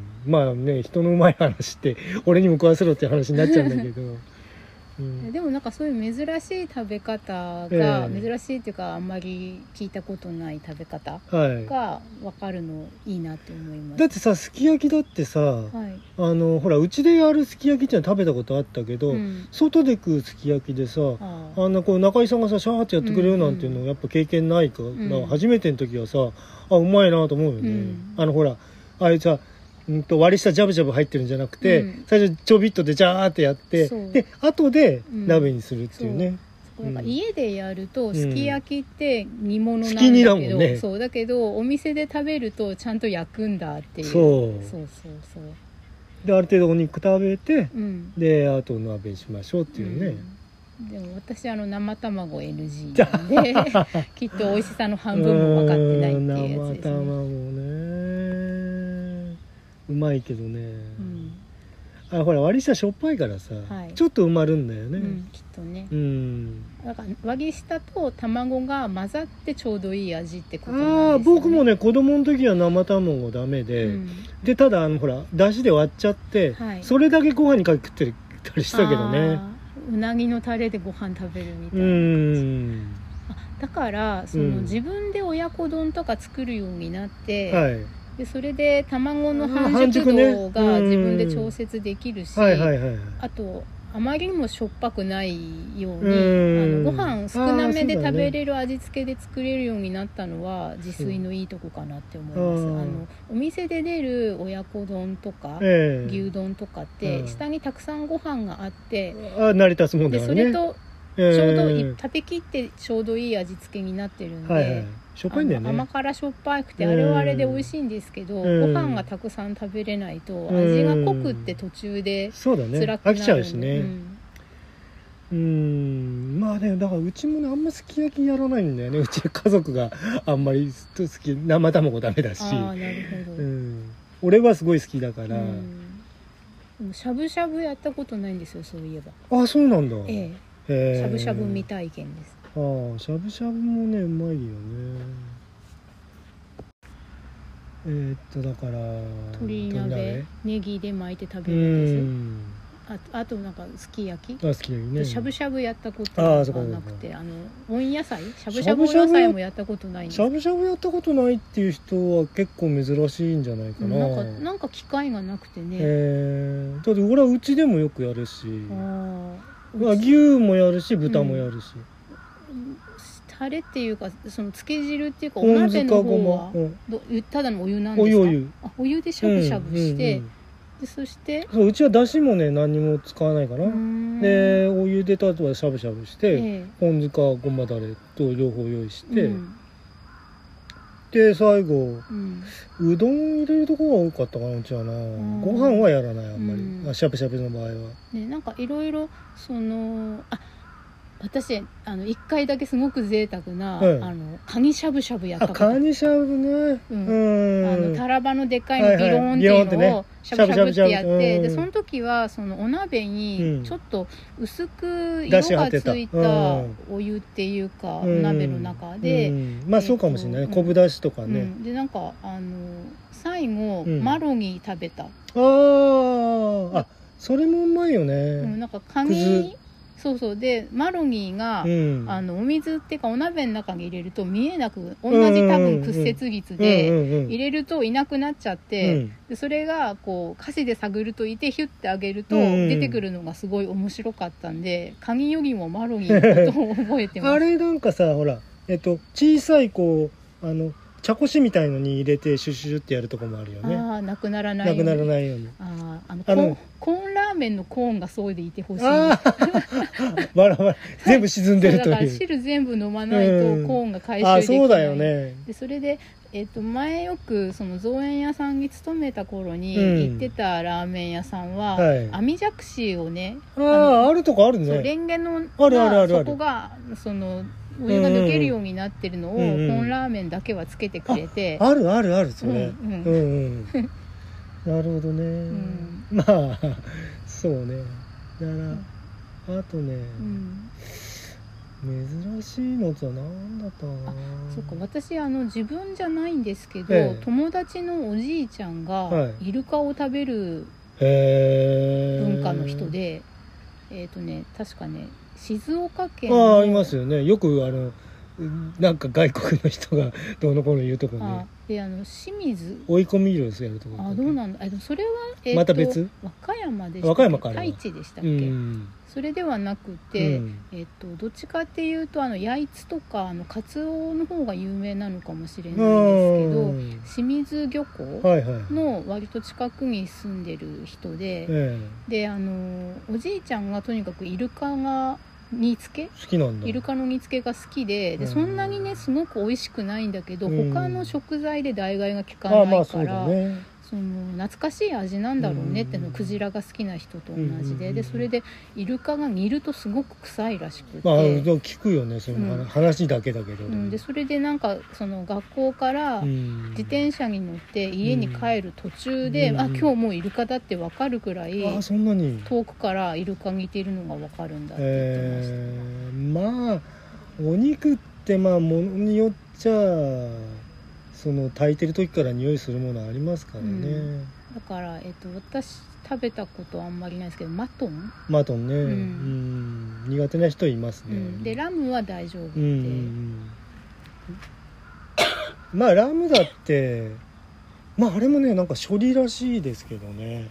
Speaker 1: まあね人のうまい話って俺にも食わせろっていう話になっちゃうんだけど。うん、
Speaker 2: でもなんかそういう珍しい食べ方が、えー、珍しいっていうかあんまり聞いたことない食べ方が分かるのいいなって思います。
Speaker 1: だってさすき焼きだってさ、はい、あのほらうちでやるすき焼きってのは食べたことあったけど、うん、外で食うすき焼きでさ あ, あんなこう中井さんがさシャーってやってくれるなんていうのやっぱ経験ないから、うん、初めての時はさあうまいなと思うよね、うん、あのほらあれさうんと割り下ジャブジャブ入ってるんじゃなくて、うん、最初ちょびっとでジャーってやってで後で鍋にするっていうね、
Speaker 2: うん、なんか家でやるとすき焼きって煮物なんだけど、うん、だね、そうだけどお店で食べるとちゃんと焼くんだっていう
Speaker 1: そうそうそうそうである程度お肉食べて、うん、であと鍋にしましょうっていうね、
Speaker 2: うん、でも私あの生卵 エヌジー なんできっと美味しさの半分も分かってないっていうやつですね。
Speaker 1: 生卵ねうまいけどね、うん、あほら割り下しょっぱいからさ、はい、ちょっと埋まるんだよね、うん、
Speaker 2: きっとね、
Speaker 1: うん、
Speaker 2: だから割り下と卵が混ざってちょうどいい味ってことなんですよね。あ
Speaker 1: 僕もね子供の時は生卵ダメで、うん、でただあのほらだしで割っちゃって、はい、それだけご飯にかけてたりしたけどね。
Speaker 2: うなぎのタレでご飯食べるみたいな感じ。あだからその、うん、自分で親子丼とか作るようになって、はいでそれで卵の半熟度が自分で調節できるし、はいはいはい、あとあまりにもしょっぱくないようにあのご飯少なめで食べれる味付けで作れるようになったのは自炊のいいとこかなって思います。あのお店で出る親子丼とか、えー、牛丼とかって下にたくさんご飯があって
Speaker 1: あ成り立つもんだよね。
Speaker 2: でそれとちょうど、えー、食べきってちょうどいい味付けになってるんで、はいはい
Speaker 1: しょっぱいんだよね。
Speaker 2: 甘辛しょっぱくてあれはあれで美味しいんですけど、うん、ご飯がたくさん食べれないと味が濃くって途中で辛くなる、
Speaker 1: そうだね飽きちゃうしね、うん、うんまあねだからうちもねあんますき焼きやらないんだよね。うち家族があんまり好き生卵ダメだしあ
Speaker 2: なるほど、
Speaker 1: うん、俺はすごい好きだから、うん、
Speaker 2: でもしゃぶしゃぶやったことないんですよそういえ
Speaker 1: ば。あそうなんだ、
Speaker 2: ええ、しゃぶしゃぶ未体験です。
Speaker 1: ああしゃぶしゃぶもねうまいよね。えー、っとだから
Speaker 2: 鶏鍋ネギで巻いて食べるんです。あ, あとなんかすき焼き
Speaker 1: あすき焼きね
Speaker 2: しゃぶしゃぶやったことがなくて あ, あの温野菜しゃぶしゃぶ温野菜もやったことないんです。
Speaker 1: しゃぶしゃぶやったことないっていう人は結構珍しいんじゃないかな。
Speaker 2: なんかなんか機会がなくてね、
Speaker 1: えー、だって俺はうちでもよくやるしあ牛もやるし豚もやるし、
Speaker 2: うん、タレっていうかそのつけ汁っていうかお鍋の方は、うん、ただのお湯なんですか。
Speaker 1: お湯お湯
Speaker 2: あお湯でしゃぶしゃぶして、うんうんうんでそして
Speaker 1: そううちはだしもね何も使わないかな。でお湯でたとはしゃぶしゃぶして、ええ、ポン酢かごまだれと両方用意して、うん、で最後、うん、うどん入れるところが多かったかなうちはな。ご飯はやらないあんまり、うん、しゃぶしゃぶの場合は、
Speaker 2: ね、なんかいろいろそのあ私あのいっかいだけすごく贅沢な、はい、あのカニしゃぶしゃぶやったこと。
Speaker 1: あカニしゃぶね、
Speaker 2: うん、あのタラバのでっかいのビローンっていうのをしゃぶしゃぶってやって、はいはい、でその時はそのお鍋にちょっと薄く色がついたお湯っていうか、うん、お鍋の中で、うん
Speaker 1: うん、まあそうかもしれない、ね、昆布だしとかね、うん、
Speaker 2: でなんかあの最後、うん、マロニー食べた。あ
Speaker 1: あそれもうまいよね、
Speaker 2: うん、なんかカニそうそうでマロニーが、うん、あのお水っていうかお鍋の中に入れると見えなく同じ多分屈折率で入れるといなくなっちゃって、うん、でそれがこう箸で探るといてヒュッてあげると出てくるのがすごい面白かったんでカニよりもマロニーのことを覚えてます。
Speaker 1: あれなんかさほら、えっと、小さいこうあの茶こしみたいのに入れてシュシュシュってやるとこもあるよね。
Speaker 2: ああ、なくならないように。
Speaker 1: なくならないように。
Speaker 2: ああ、あのコーン、コーンラーメンのコーンがそうでいてほしい。
Speaker 1: あバラバラ全部沈んでるという。
Speaker 2: だから汁全部飲まないとコーンが回収できない。
Speaker 1: うん、あ、そうだよね。
Speaker 2: でそれで。えっと、前よくその造園屋さんに勤めた頃に行ってたラーメン屋さんは、うんはい、網じゃくしをね、
Speaker 1: ああ、あるとこあるね。
Speaker 2: そうレンゲの
Speaker 1: あるあるあるある、
Speaker 2: そこがそのお湯が抜けるようになってるのを、うんうん、コーンラーメンだけはつけてくれて、
Speaker 1: あ, あるあるあるそれ、うんうん
Speaker 2: うん
Speaker 1: うん、なるほどね、うん、まあそうね。だからあとね、うん珍しいのとは何だったかな。あ、
Speaker 2: そうか、私あの自分じゃないんですけど、ええ、友達のおじいちゃんがイルカを食べる文化の人で、えっとね確かね静岡県の、
Speaker 1: ああいますよね。よくあのなんか外国の人がどうのこうの言うところね。
Speaker 2: であの清水
Speaker 1: 追い込み漁をやるところ。
Speaker 2: あどうなんだ。あそれは、えー、と
Speaker 1: また別
Speaker 2: 和歌山でしたっけ。
Speaker 1: 和歌山から
Speaker 2: 太一でしたっけ、うん、それではなくて、うんえー、とどっちかっていうとあの焼津とかあのカツオの方が有名なのかもしれないんですけど、清水漁港の割と近くに住んでる人で、はいはい、であのおじいちゃんがとにかくイルカが煮付け
Speaker 1: 好きなんだ。
Speaker 2: イルカの煮付けが好き で, でそんなにねすごく美味しくないんだけど、うん、他の食材で代替が効かないから、ああまあそうだね、その懐かしい味なんだろうねっての、うん、クジラが好きな人と同じで、うん、でそれでイルカが煮るとすごく臭いらしくて、
Speaker 1: まあ、聞くよねその、うん、話だけだけど、うん、
Speaker 2: でそれでなんかその学校から自転車に乗って家に帰る途中で、うん、あ今日もうイルカだって分かるくらい、
Speaker 1: あそんなに
Speaker 2: 遠くからイルカ煮てるのが分かるんだって言ってました、え
Speaker 1: ー、まあお肉ってまあものによっちゃその炊いてる時から匂いするものありますからね、うん、
Speaker 2: だから、えっと、私食べたことあんまりないですけどマトン
Speaker 1: マトンね、うんうん、苦手な人いますね、うん、
Speaker 2: でラムは大丈夫で、うん、
Speaker 1: まあラムだってまああれもねなんか処理らしいですけどね。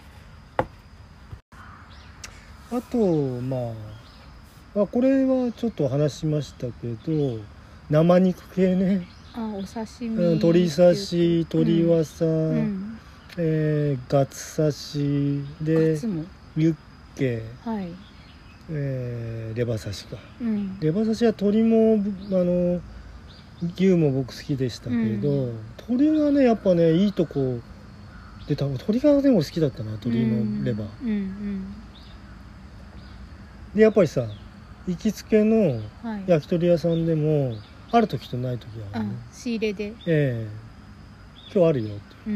Speaker 1: あとまあ、あこれはちょっと話しましたけど生肉系ね。
Speaker 2: あお刺身、
Speaker 1: うん、鶏刺し、鶏わさ、うん、えー、ガツ刺しでユッケ、はいえー、レバ刺しか、うん、レバ刺しは鶏もあの牛も僕好きでしたけど、うん、鶏がねやっぱねいいとこで多分鶏がでも好きだったな鶏のレバ、うんうんうん、でやっぱりさ行きつけの焼き鳥屋さんでも、はいある時とない時があるね。
Speaker 2: あ仕入れで、
Speaker 1: ええー、今日あるよってうん、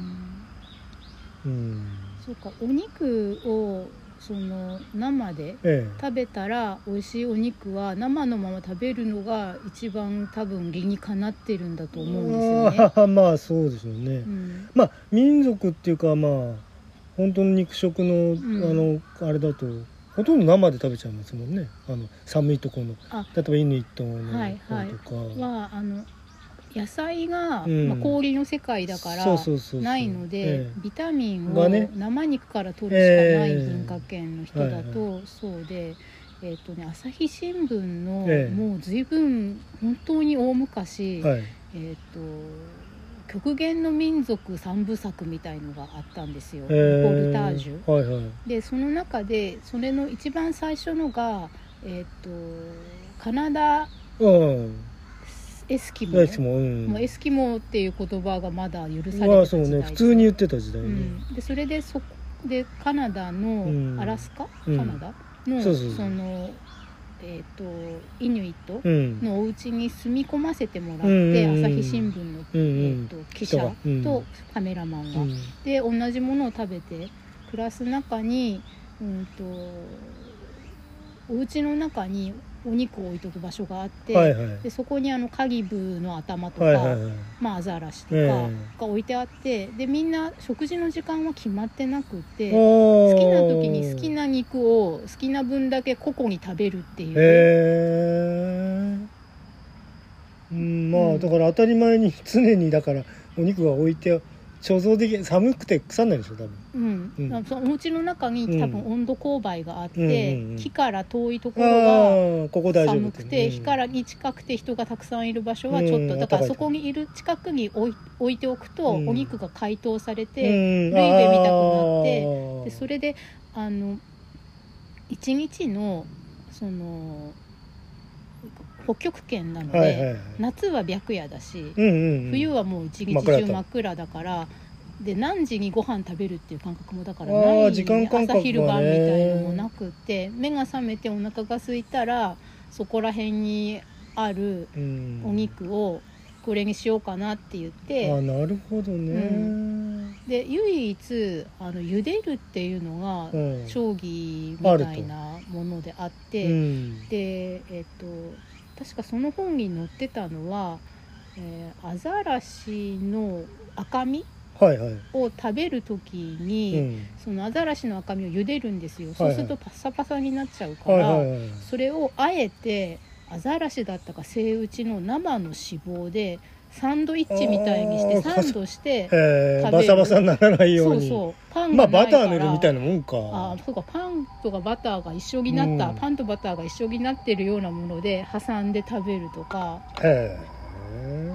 Speaker 2: うん、そうかお肉をその生で食べたら、ええ、美味しいお肉は生のまま食べるのが一番多分理にかなってるんだと思うんですよね。
Speaker 1: あまあそうでしょうね、うん、まあ民族っていうかまあ本当の肉食の、うん、あのあれだとほとんど生で食べちゃいますもんね。あの寒いところの例えばイヌイットの方とか、はいはい、はあの野菜が、うんまあ、氷の世界だからないので、ええ、ビタミンを生肉から取るしかない文化圏の人だと、ええ、そうで、えーとね、朝日新聞の、ええ、もう随分本当に大昔、はいえーと極限の民族三部作みたいのがあったんですよ、えー、ポルタージュ、はいはい、でその中でそれの一番最初のが、えー、とカナダエスキモ、エスキモ、うん、もうエスキモっていう言葉がまだ許されてた時代、まあそうね、普通に言ってた時代ね、うん、
Speaker 2: でそれでそでカナダのアラスカ、うん、カナダの、うん、そうそうそうそのえー、とイヌイットのお家に住み込ませてもらって、うん、朝日新聞の、うんえー、と記者とカメラマンが、うん、で同じものを食べて暮らす中に、うんとお家の中にお肉を置いとく場所があって、はいはい、でそこにあのカギブの頭とか、はいはいはいまあ、アザラシとかが置いてあって、でみんな食事の時間は決まってなくて好きな時に好きな肉を好きな分だけ個々に食べるっていう、
Speaker 1: へー、うん、まあ、うん、だから当たり前に常にだからお肉が置いて貯蔵でき寒くて腐んないでしょ多分、
Speaker 2: うんうん、そのお餅の中に多分温度勾配があって、うんうん、火から遠いところは
Speaker 1: ここ大丈夫
Speaker 2: 寒くて、うん、火からに近くて人がたくさんいる場所はちょっと、うん、だからそこにいる近くに置い、置いておくと、うん、お肉が解凍されて、うん、ルイベみたくなってでそれであのいちにちのその北極圏なので、はいはいはい、夏は白夜だし、うんうんうん、冬はもう一日中真っ暗だからで何時にご飯食べるっていう感覚もだからない、
Speaker 1: 時間感覚はね、
Speaker 2: 朝昼晩みたいのもなくって目が覚めてお腹が空いたらそこら辺にあるお肉をこれにしようかなって言って、
Speaker 1: うん、あなるほどね、うん、
Speaker 2: で唯一あの茹でるっていうのが定規みたいなものであって、うん、でえっと確かその本に載ってたのは、えー、アザラシの赤身を食べるときに、はいはい、うん、そのアザラシの赤身を茹でるんですよ、はいはい、そうするとパサパサになっちゃうから、はいはいはい、それをあえてアザラシだったかセイウチの生の脂肪でサンドイッチみたいにしてサンドして食べる、
Speaker 1: バサバサにならないように、
Speaker 2: そうそうパンがないから、
Speaker 1: まあバター塗るみたいなもんか、
Speaker 2: あそうかパンとかバターが一緒になった、うん、パンとバターが一緒になってるようなもので挟んで食べるとか。
Speaker 1: へえ。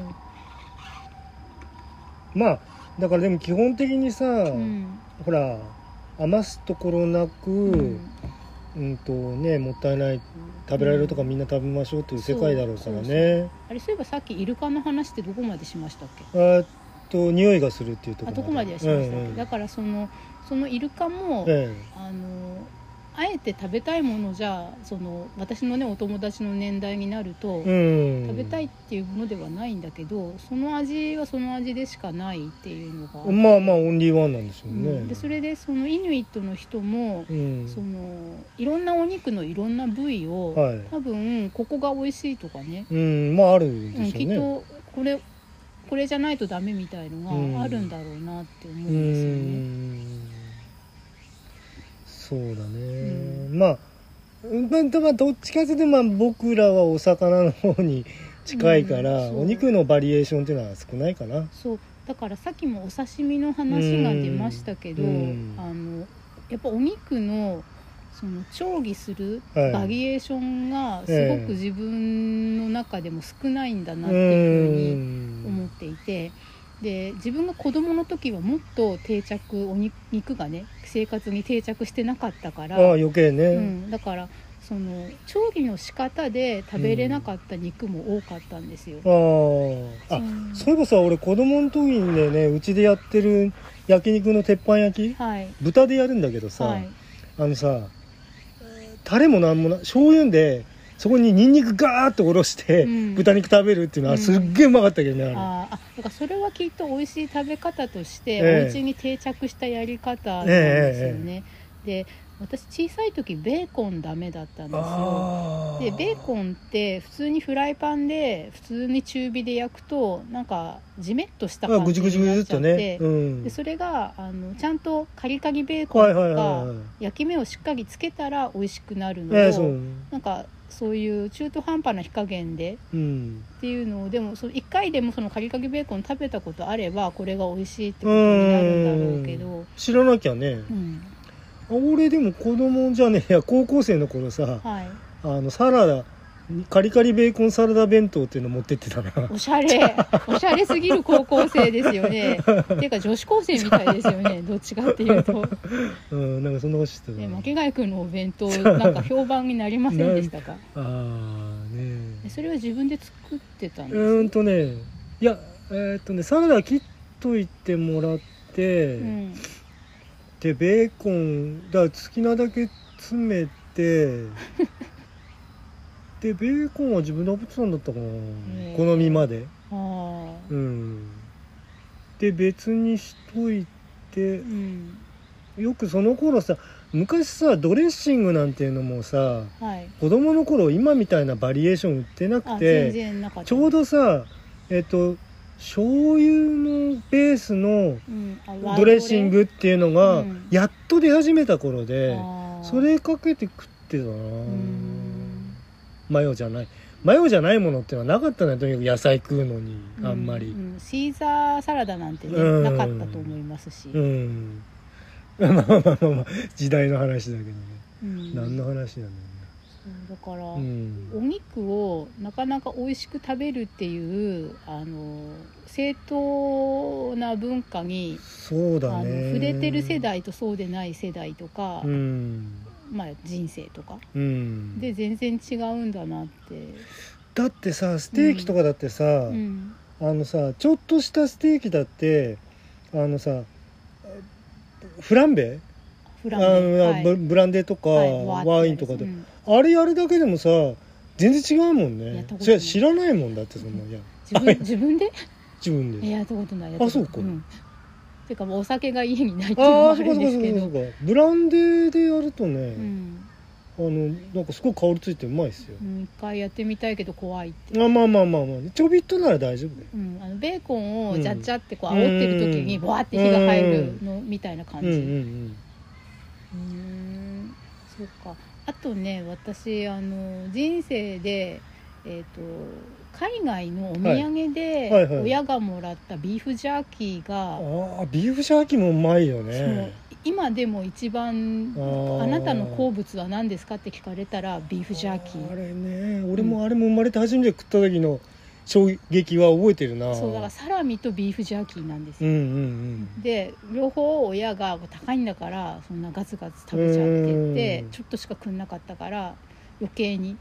Speaker 1: まあだからでも基本的にさ、うん、ほら余すところなく、うんうんとね、もったいない食べられるとかみんな食べましょうという世界だろうからね、うん、そうそう
Speaker 2: あれそういえばさっきイルカの話ってどこまでしましたっけ。
Speaker 1: えっと匂いがするっていうところまで、
Speaker 2: あどこまではしましたっけ、うんうん、だからそのそのイルカも、ええ、あのあえて食べたいものじゃその私のねお友達の年代になると、うん、食べたいっていうものではないんだけどその味はその味でしかないっていうのが
Speaker 1: まあまあオンリーワンなんですよね、うん、
Speaker 2: でそれでそのイヌイットの人も、うん、そのいろんなお肉のいろんな部位を、はい、多分ここが美味しいとかね、
Speaker 1: うん、まああるんでしょうね、うん、
Speaker 2: きっとこれこれじゃないとダメみたいのがあるんだろうなって思うんですよね、うん
Speaker 1: そうだね、うん、まあ、まあ、どっちかというとまあ僕らはお魚の方に近いから、うん、お肉のバリエーションっていうのは少ないかな。
Speaker 2: そうだからさっきもお刺身の話が出ましたけど、うん、あのやっぱお肉のその調理するバリエーションがすごく自分の中でも少ないんだなっていうふうに思っていて、で自分が子供の時はもっと定着お肉がね生活に定着してなかったから
Speaker 1: あ余計ね、
Speaker 2: うん、だからその調理の仕方で食べれなかった肉も多かったんですよ、
Speaker 1: うん、ああ、うん、そういえばさ俺子供の時にねうちでやってる焼肉の鉄板焼き、はい、豚でやるんだけどさ、はい、あのさタレもなんもな醤油でそこにニンニクガーッとおろして豚肉食べるっていうのはすっげえうまかったけどね、うん、
Speaker 2: ああだからそれはきっと美味しい食べ方として、えー、お家に定着したやり方なんですよね、えーえー、で私小さい時ベーコンダメだったんですよ。でベーコンって普通にフライパンで普通に中火で焼くとなんかジメッとした感じになっちゃって、うん、でそれがあのちゃんとカリカリベーコンとか、はいはいはいはい、焼き目をしっかりつけたら美味しくなるのを、えー、なんかそういう中途半端な火加減で、うん、っていうのをでもそのいっかいでもそのカリカリベーコン食べたことあればこれが美味しいってことになるんだろうけど
Speaker 1: 知らなきゃね、うん、俺でも子供じゃねえや高校生の頃さ、はい、あのサラダカリカリベーコンサラダ弁当っていうの持ってってたな。
Speaker 2: おしゃれおしゃれすぎる高校生ですよねっていうか女子高生みたいですよねどっちかっていうと
Speaker 1: うんなんかそんなことしてたな。
Speaker 2: 巻貝君のお弁当なんか評判になりませんでしたか
Speaker 1: ああね
Speaker 2: それは自分で作ってたんですか。
Speaker 1: うーんとねいやえー、っとねサラダ切っといてもらって、うん、でベーコンだ好きなだけ詰めてでベーコンは自分で炙ってたんだったかな、好みまで、あ、うん、で別にしといて、うん、よくその頃さ昔さドレッシングなんていうのもさ、はい、子供の頃今みたいなバリエーション売ってなくて全然なかったちょうどさえっと醤油のベースのドレッシングっていうのがやっと出始めた頃で、うん、それかけて食ってたな。うんマヨじゃないマヨじゃないものっていうのはなかったね。とにかく野菜食うのにあんまり、
Speaker 2: うんうん、シーザーサラダなんてね、
Speaker 1: うん、
Speaker 2: なかったと思いますし、
Speaker 1: うん、まあまあまあまあ時代の話だけどね、うん、何の話なんだよね。
Speaker 2: だから、
Speaker 1: うん、
Speaker 2: お肉をなかなか美味しく食べるっていうあの正当な文化に、
Speaker 1: そうだね、
Speaker 2: あの触れてる世代とそうでない世代とか、
Speaker 1: うん
Speaker 2: まあ、人生とか、
Speaker 1: うん、
Speaker 2: で全然違うんだなって。
Speaker 1: だってさステーキとかだってさ、うん、あのさちょっとしたステーキだってあのさフランベフランベ、あ、はい、ブ, ブランデーとか、はい、ワインとかで、うん、あれやるだけでもさ全然違うもんね。それ知らないもんだってそんな、いや
Speaker 2: 自分自分で
Speaker 1: 自分で
Speaker 2: やったことない。
Speaker 1: あ、そうか、うん、
Speaker 2: てかもうお酒が家にないっていうのもあるんですけど、
Speaker 1: あ、そうかそうかそうか、ブランデーでやるとね、うん、あのなんかすごい香りついてうまいですよ、うん、
Speaker 2: 一回やってみたいけど怖いって。
Speaker 1: あ、まあまあまあまあちょびっとなら大丈夫だよ、
Speaker 2: うん、あのベーコンをジャッジャってこう煽ってる時にバーって火が入るのみたいな感じ。うんうんうん、うーん、そうか。あとね、私あの人生で、えーと、海外のお土産で、はいはいはい、親がもらったビーフジャーキーが、
Speaker 1: あ、ビーフジャーキーもうまいよね。
Speaker 2: 今でも一番 あ, あなたの好物は何ですかって聞かれたらビーフジャーキー。
Speaker 1: あれね、俺もあれも生まれて初めて食った時の衝撃は覚えてるな。
Speaker 2: そうだからサラミとビーフジャーキーなんですよ、うんうんうん、で両方親が高いんだからそんなガツガツ食べちゃってってちょっとしか食んなかったから余計に。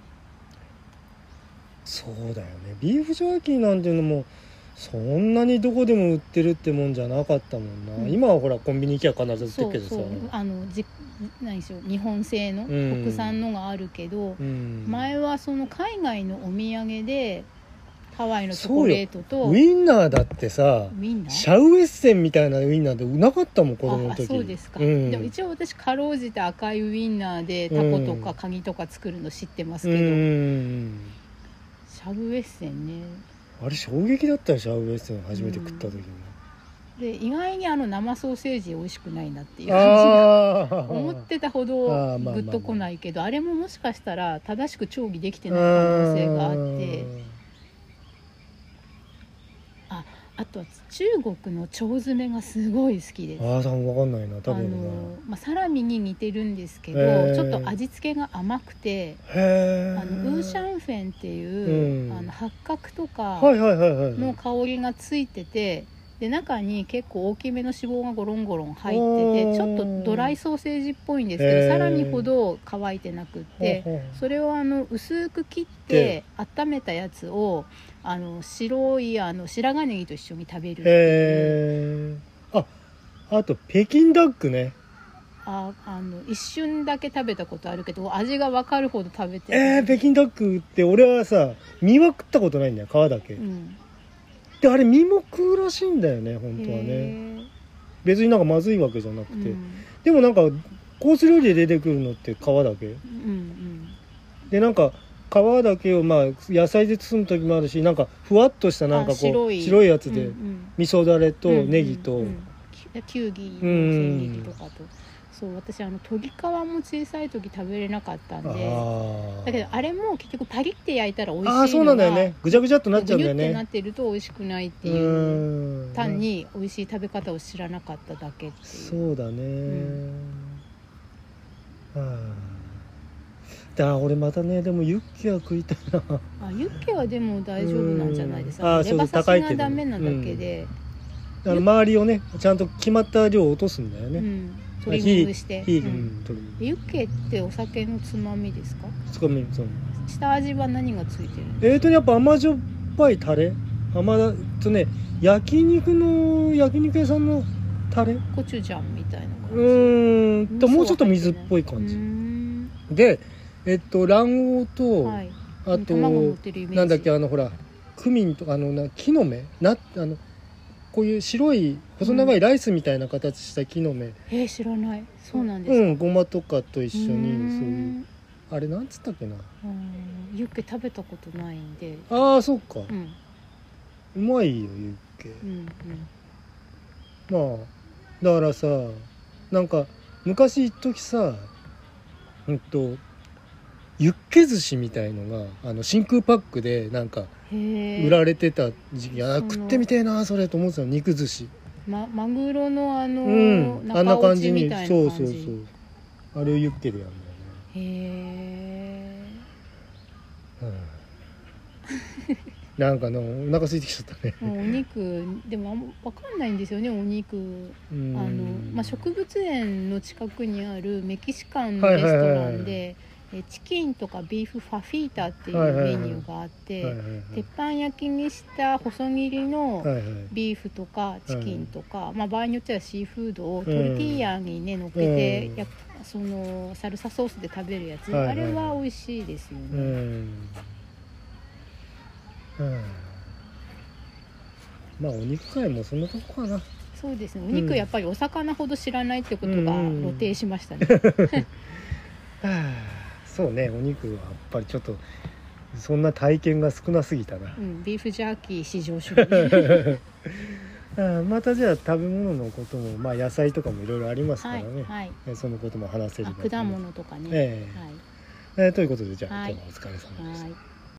Speaker 1: そうだよね、ビーフジャーキーなんていうのもそんなにどこでも売ってるってもんじゃなかったもんな、うん、今はほらコンビニ行きゃ必ず売ってるけどさ、そうそう、
Speaker 2: あのじ何でしょう、日本製の、うん、国産のがあるけど、うん、前はその海外のお土産でハワイのチョコレートと
Speaker 1: ウインナーだってさ、ウインナーシャウエッセンみたいなウインナーでなかったもん子供の時。
Speaker 2: あ、そうですか、うん、でも一応私かろうじて赤いウインナーでタコとかカニとか作るの知ってますけど、うん、シャウエッセンね、
Speaker 1: あれ衝撃だったよ、シャウエッセン初めて食った時に、
Speaker 2: うん、で意外にあの生ソーセージ美味しくないなっていう感じが思ってたほどグッとこないけど、 あ, あ, あ, あれももしかしたら正しく調理できてない可能性があって、ああとは中国の腸詰めがすごい好きです。
Speaker 1: ああ、分かんないな、多分あ
Speaker 2: の、まあ、サラミに似てるんですけど、ちょっと味付けが甘くて、
Speaker 1: へ
Speaker 2: あのウーシャンフェンっていう、うん、あの八角とかの香りがついてて、で中に結構大きめの脂肪がゴロンゴロン入ってて、ちょっとドライソーセージっぽいんですけどサラミほど乾いてなくって、それをあの薄く切って温めたやつをあの白いあの白髪ネギと一緒に食べるっていう。
Speaker 1: あ、あと北京ダックね。
Speaker 2: ああの一瞬だけ食べたことあるけど味が分かるほど食べてる。
Speaker 1: えー、北京ダックって俺はさ身は食ったことないんだよ、皮だけ、うん、であれ身も食うらしいんだよね本当はね。別になんかまずいわけじゃなくて、うん、でもなんかコース料理で出てくるのって皮だけ、うんうん、でなんか皮だけをまあ野菜で包む時もあるし、なんかふわっとしたなんかこう白い、白いやつで、うんうん、味噌だれとネギと、うんうん、
Speaker 2: きゅうぎの千切りとかと、そう私あの鶏皮も小さい時食べれなかったんで、だけどあれも結局パリって焼いたら美味しいのが、あ、そうなんだよね、ぐちゃぐちゃっとなっちゃうんだよね、ぐにゅってなってると美味しくないっていう、単に美味しい食べ方を知らなかっただけっていう。
Speaker 1: そうだね、うん、あだ俺またね、でもユッケは食いたいな。
Speaker 2: あ、ユッケはでも大丈夫なんじゃないですか。あ、レバ刺しがダメなだけで、
Speaker 1: うん、あの周りをねちゃんと決まった量を落とすんだよね、うん、
Speaker 2: 鶏ほぐして、うん、ユッケってお酒のつまみですか？
Speaker 1: つまみ、そう。
Speaker 2: 下味は何がついてる？
Speaker 1: えーとね、やっぱ甘じょっぱいタレ、甘だとね、焼肉の焼肉屋さんのタレ、
Speaker 2: コチュジャンみたいな感じ。
Speaker 1: うーんともうちょっと水っぽい感じで、えっと卵黄と、はい、あとなんだっけ、あのほらクミンとかあのな木の芽な、あのこういう白い細長いライスみたいな形した木の芽、うん、
Speaker 2: えー、知らない。そうなんですか。うん、
Speaker 1: ごまとかと一緒にそういう、あれなんつったっけな、
Speaker 2: うん、ユッケ食べたことないんで。
Speaker 1: ああ、そっか、うん、うまいよユッケ、うんうん、まあだからさ、なんか昔一時さ、うんとユッケ寿司みたいのがあの真空パックでなんか売られてた時期、あ食ってみてえなそれと思ってたの。肉寿司、
Speaker 2: ま、マグロのあの、
Speaker 1: うん、あんな感じに、
Speaker 2: 中落ちみたいな感じ。
Speaker 1: そうそうそう、あれをユッケでやるんだよね。
Speaker 2: へ
Speaker 1: え、うんなんかのお腹空いてきちゃったね。
Speaker 2: お肉でも分かんないんですよね、お肉。あの、まあ、植物園の近くにあるメキシカンのレストランで、えチキンとかビーフファフィータっていうメニューがあって、はいはいはい、鉄板焼きにした細切りのビーフとかチキンとか、はいはい、まあ、場合によってはシーフードをトルティーヤにね乗っけて、うん、やそのサルサソースで食べるやつ、はいはい、あれは美味しいですよね。うん
Speaker 1: うん、まあお肉界もそんなとこかな。
Speaker 2: そうですね、お肉やっぱりお魚ほど知らないってことが露呈しましたね。
Speaker 1: はあ、そうね、お肉はやっぱりちょっとそんな体験が少なすぎたな、
Speaker 2: うん、ビーフジャーキー至上主義。
Speaker 1: あまたじゃあ食べ物のことも、まあ、野菜とかもいろいろありますからね、はいはい、そのことも話せる、
Speaker 2: ね、果物とかね、
Speaker 1: えーはいえー、ということでじゃあ、はい、今日はお疲れ様でした。はい。